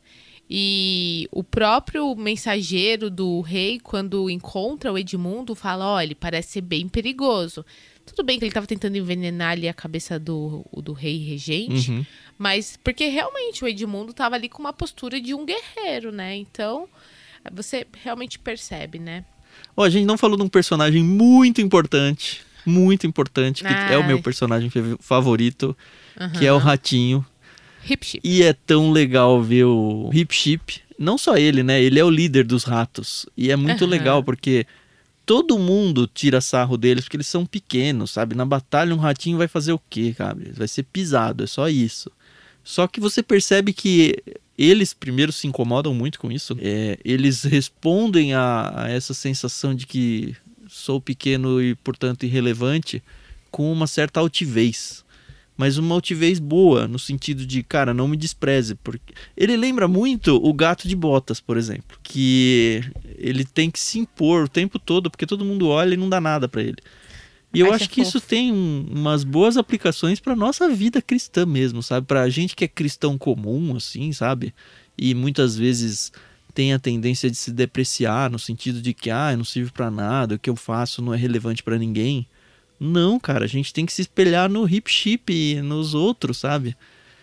E o próprio mensageiro do rei, quando encontra o Edmundo, fala, olha, ele parece ser bem perigoso. Tudo bem que ele estava tentando envenenar ali a cabeça do, do rei regente, uhum. mas porque realmente o Edmundo estava ali com uma postura de um guerreiro, né? Então, você realmente percebe, né? Ó, a gente não falou de um personagem muito importante, muito importante, que Ai. é o meu personagem favorito, uhum. que é o Ratinho. Hip Chip. E é tão legal ver o Hip Chip. Não só ele, né? Ele é o líder dos ratos. E é muito uhum. legal, porque todo mundo tira sarro deles, porque eles são pequenos, sabe? Na batalha um ratinho vai fazer o quê, cara? Vai ser pisado, é só isso. Só que você percebe que eles primeiro se incomodam muito com isso. É, eles respondem a, a essa sensação de que sou pequeno e, portanto, irrelevante com uma certa altivez. Mas uma altivez boa, no sentido de, cara, não me despreze. Porque ele lembra muito o Gato de Botas, por exemplo. Que ele tem que se impor o tempo todo, porque todo mundo olha e não dá nada pra ele. E eu Acho, acho que fofo. Isso tem um, umas boas aplicações pra nossa vida cristã mesmo, sabe? Pra gente que é cristão comum, assim, sabe? E muitas vezes tem a tendência de se depreciar, no sentido de que, ah, eu não sirvo pra nada, o que eu faço não é relevante pra ninguém. Não, cara, a gente tem que se espelhar no Hip Chip e nos outros, sabe?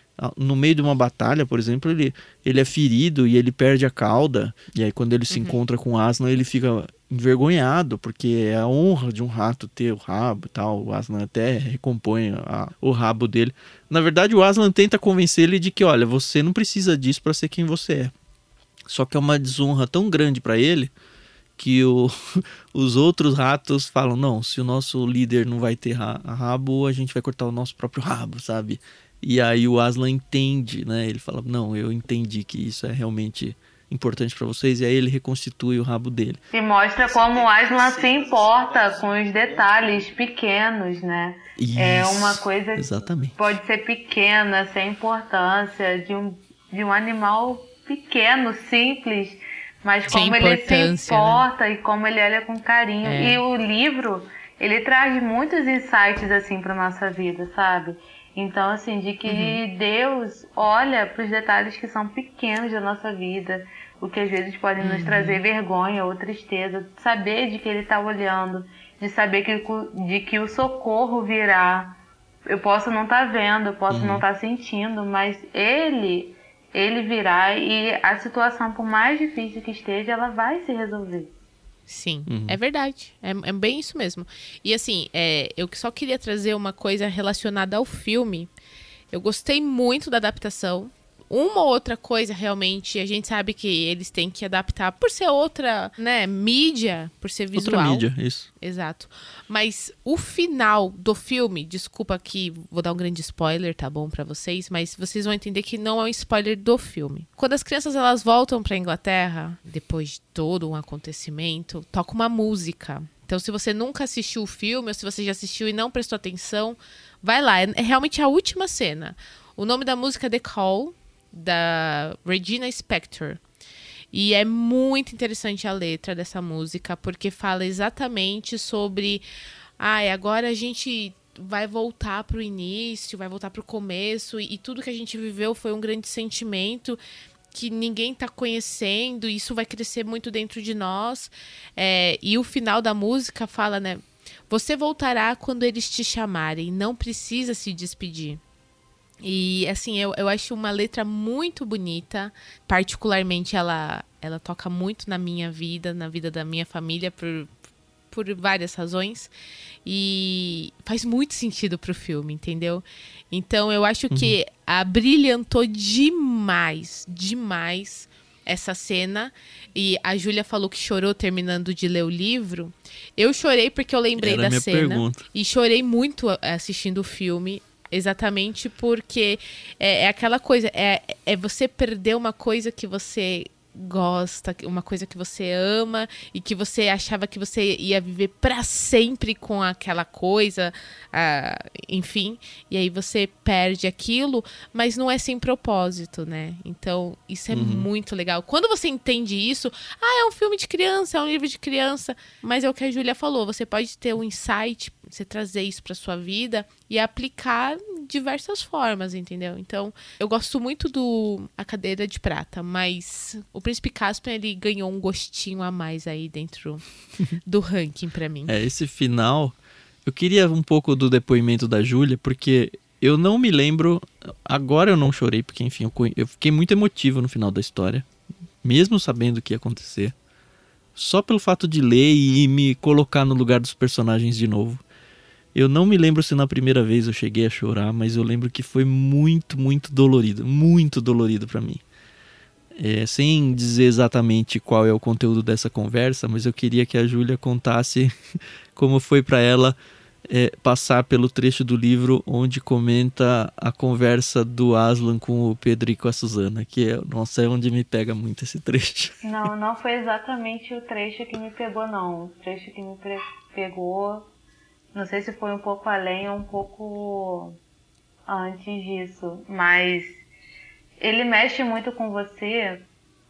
No meio de uma batalha, por exemplo, ele, ele é ferido e ele perde a cauda. E aí quando ele se uhum. encontra com o Aslan, ele fica envergonhado, porque é a honra de um rato ter o rabo e tal. O Aslan até recompõe a, o rabo dele. Na verdade, o Aslan tenta convencer ele de que, olha, você não precisa disso pra ser quem você é. Só que é uma desonra tão grande pra ele que o, os outros ratos falam, não, se o nosso líder não vai ter ra- rabo, a gente vai cortar o nosso próprio rabo, sabe? E aí o Aslan entende, né? Ele fala, não, eu entendi que isso é realmente importante pra vocês, e aí ele reconstitui o rabo dele. E mostra como o Aslan se importa com os detalhes pequenos, né? Isso, é uma coisa exatamente. Que pode ser pequena, sem importância, de um, de um animal pequeno, simples, mas como ele se importa, né? E como ele olha com carinho. É. E o livro, ele traz muitos insights, assim, pra nossa vida, sabe? Então, assim, de que uhum. Deus olha para os detalhes que são pequenos da nossa vida, o que às vezes podem uhum. nos trazer vergonha ou tristeza, saber de que Ele está olhando, de saber que, de que o socorro virá. Eu posso não estar vendo, eu posso uhum. não estar sentindo, mas Ele... ele virá e a situação, por mais difícil que esteja, ela vai se resolver. Sim, uhum. é verdade. É, é bem isso mesmo. E assim, é, eu só queria trazer uma coisa relacionada ao filme. Eu gostei muito da adaptação. Uma ou outra coisa, realmente, a gente sabe que eles têm que adaptar por ser outra, né, mídia, por ser visual. Outra mídia, isso. Exato. Mas o final do filme, desculpa que vou dar um grande spoiler, tá bom, pra vocês, mas vocês vão entender que não é um spoiler do filme. Quando as crianças, elas voltam pra Inglaterra, depois de todo um acontecimento, toca uma música. Então, se você nunca assistiu o filme, ou se você já assistiu e não prestou atenção, vai lá. É, é realmente a última cena. O nome da música é The Call, da Regina Spektor. E é muito interessante a letra dessa música, porque fala exatamente sobre... Ah, agora a gente vai voltar pro início, vai voltar pro começo, e, e tudo que a gente viveu foi um grande sentimento que ninguém tá conhecendo, e isso vai crescer muito dentro de nós. É, e o final da música fala, né? Você voltará quando eles te chamarem, não precisa se despedir. E, assim, eu, eu acho uma letra muito bonita. Particularmente, ela, ela toca muito na minha vida, na vida da minha família, por, por várias razões. E faz muito sentido pro filme, entendeu? Então, eu acho uhum. que abrilhantou demais, demais essa cena. E a Júlia falou que chorou terminando de ler o livro. Eu chorei porque eu lembrei Era da a minha cena. Pergunta. E chorei muito assistindo o filme. Exatamente porque é, é aquela coisa, é, é você perder uma coisa que você gosta, uma coisa que você ama e que você achava que você ia viver para sempre com aquela coisa, ah, enfim, e aí você perde aquilo, mas não é sem propósito, né? Então, isso é uhum. muito legal. Quando você entende isso, ah, é um filme de criança, é um livro de criança, mas é o que a Júlia falou, você pode ter um insight, você trazer isso para sua vida e aplicar diversas formas, entendeu? Então, eu gosto muito do A Cadeira de Prata, mas o Príncipe Caspian, ele ganhou um gostinho a mais aí dentro do ranking pra mim. É, esse final, eu queria um pouco do depoimento da Júlia, porque eu não me lembro, agora eu não chorei, porque enfim, eu, eu fiquei muito emotivo no final da história, mesmo sabendo o que ia acontecer, só pelo fato de ler e me colocar no lugar dos personagens de novo. Eu não me lembro se na primeira vez eu cheguei a chorar, mas eu lembro que foi muito, muito dolorido. Muito dolorido pra mim. É, sem dizer exatamente qual é o conteúdo dessa conversa, mas eu queria que a Júlia contasse como foi pra ela é, passar pelo trecho do livro onde comenta a conversa do Aslan com o Pedro e com a Susana, que é, nossa, é onde me pega muito esse trecho. Não, não foi exatamente o trecho que me pegou, não. O trecho que me pegou... Não sei se foi um pouco além ou um pouco antes disso, mas ele mexe muito com você.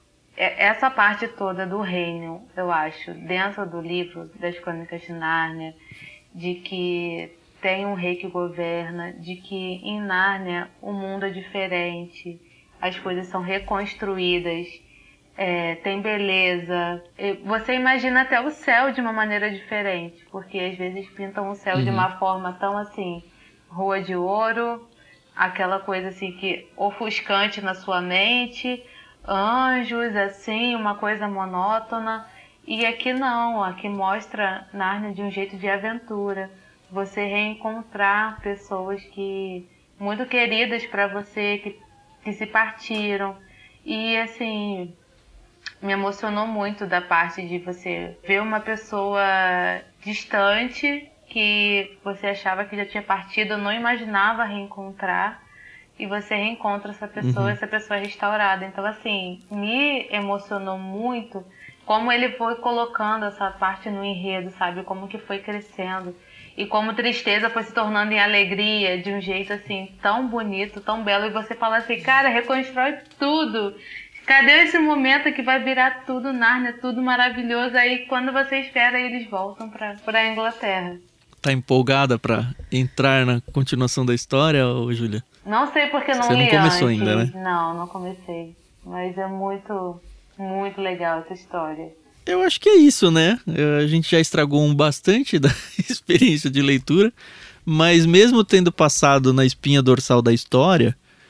Essa parte toda do reino, eu acho, dentro do livro das Crônicas de Nárnia, de que tem um rei que governa, de que em Nárnia o mundo é diferente, as coisas são reconstruídas, é, tem beleza. Você imagina até o céu de uma maneira diferente, porque às vezes pintam o céu uhum. de uma forma tão assim, rua de ouro, aquela coisa assim que ofuscante na sua mente, anjos, assim, uma coisa monótona. E aqui não, aqui mostra Nárnia de um jeito de aventura. Você reencontrar pessoas que muito queridas para você, que, que se partiram. E assim, me emocionou muito da parte de você ver uma pessoa distante que você achava que já tinha partido, não imaginava reencontrar, e você reencontra essa pessoa, uhum. essa pessoa restaurada. Então, assim, me emocionou muito como ele foi colocando essa parte no enredo, sabe? Como que foi crescendo. E como tristeza foi se tornando em alegria, de um jeito, assim, tão bonito, tão belo. E você fala assim, cara, reconstrói tudo. Cadê esse momento que vai virar tudo Nárnia, tudo maravilhoso? Aí, quando você espera, eles voltam pra, pra Inglaterra. Tá empolgada pra entrar na continuação da história, ô Júlia? Não sei porque não Você li não começou antes. ainda, né? Não, não comecei. Mas é muito, muito legal essa história. Eu acho que é isso, né? A gente já estragou um bastante da experiência de leitura, mas mesmo tendo passado na espinha dorsal da história,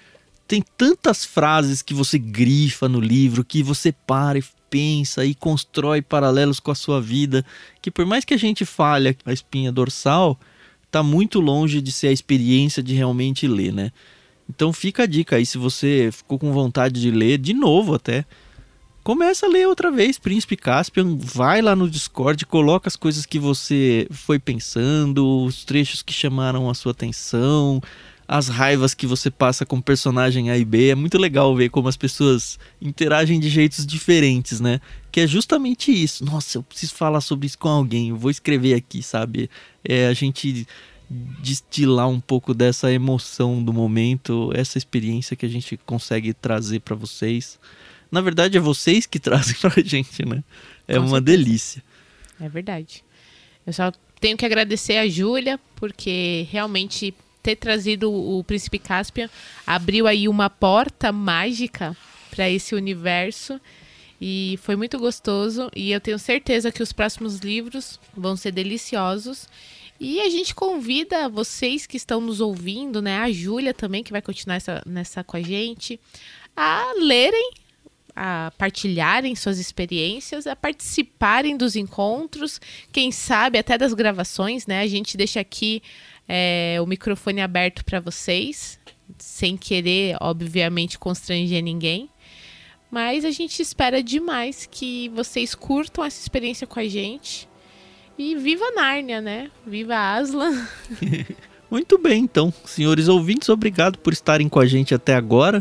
tem tantas frases que você grifa no livro, que você para e pensa e constrói paralelos com a sua vida, que por mais que a gente falhe a espinha dorsal, tá muito longe de ser a experiência de realmente ler, né? Então fica a dica aí, se você ficou com vontade de ler, de novo até, começa a ler outra vez Príncipe Caspian, vai lá no Discord, coloca as coisas que você foi pensando, os trechos que chamaram a sua atenção, as raivas que você passa com o personagem A e B. É muito legal ver como as pessoas interagem de jeitos diferentes, né? Que é justamente isso. Nossa, eu preciso falar sobre isso com alguém, eu vou escrever aqui, sabe? É a gente destilar um pouco dessa emoção do momento, essa experiência que a gente consegue trazer para vocês. Na verdade, é vocês que trazem pra gente, né? É com uma certeza. Delícia. É verdade. Eu só tenho que agradecer a Júlia, porque realmente ter trazido o Príncipe Caspian abriu aí uma porta mágica para esse universo e foi muito gostoso. E eu tenho certeza que os próximos livros vão ser deliciosos. E a gente convida vocês que estão nos ouvindo, né? A Júlia também, que vai continuar essa, nessa com a gente, a lerem, a partilharem suas experiências, a participarem dos encontros, quem sabe até das gravações, né? A gente deixa aqui é, o microfone aberto para vocês, sem querer, obviamente, constranger ninguém. Mas a gente espera demais que vocês curtam essa experiência com a gente. E viva Nárnia, né? Viva Aslan. Muito bem, então. Senhores ouvintes, obrigado por estarem com a gente até agora.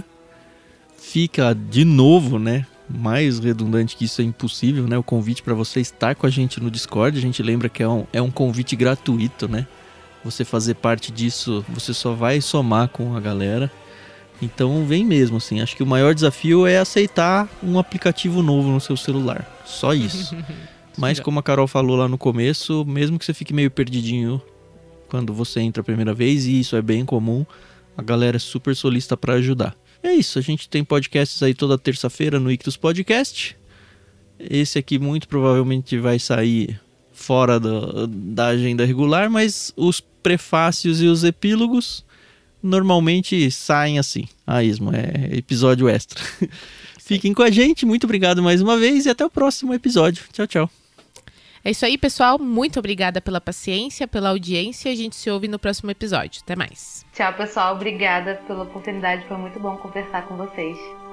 Fica de novo, né? Mais redundante que isso é impossível, né? O convite para você estar com a gente no Discord. A gente lembra que é um, é um convite gratuito, né? Você fazer parte disso, você só vai somar com a galera. Então vem mesmo, assim. Acho que o maior desafio é aceitar um aplicativo novo no seu celular. Só isso. Mas como a Carol falou lá no começo, mesmo que você fique meio perdidinho quando você entra a primeira vez, e isso é bem comum, a galera é super solícita para ajudar. É isso, a gente tem podcasts aí toda terça-feira no Ictus Podcast. Esse aqui muito provavelmente vai sair fora do, da agenda regular, mas os prefácios e os epílogos normalmente saem assim. Ah, Ismo, é episódio extra. Fiquem com a gente, muito obrigado mais uma vez e até o próximo episódio. Tchau, tchau. É isso aí, pessoal. Muito obrigada pela paciência, pela audiência. A gente se ouve no próximo episódio. Até mais. Tchau, pessoal. Obrigada pela oportunidade. Foi muito bom conversar com vocês.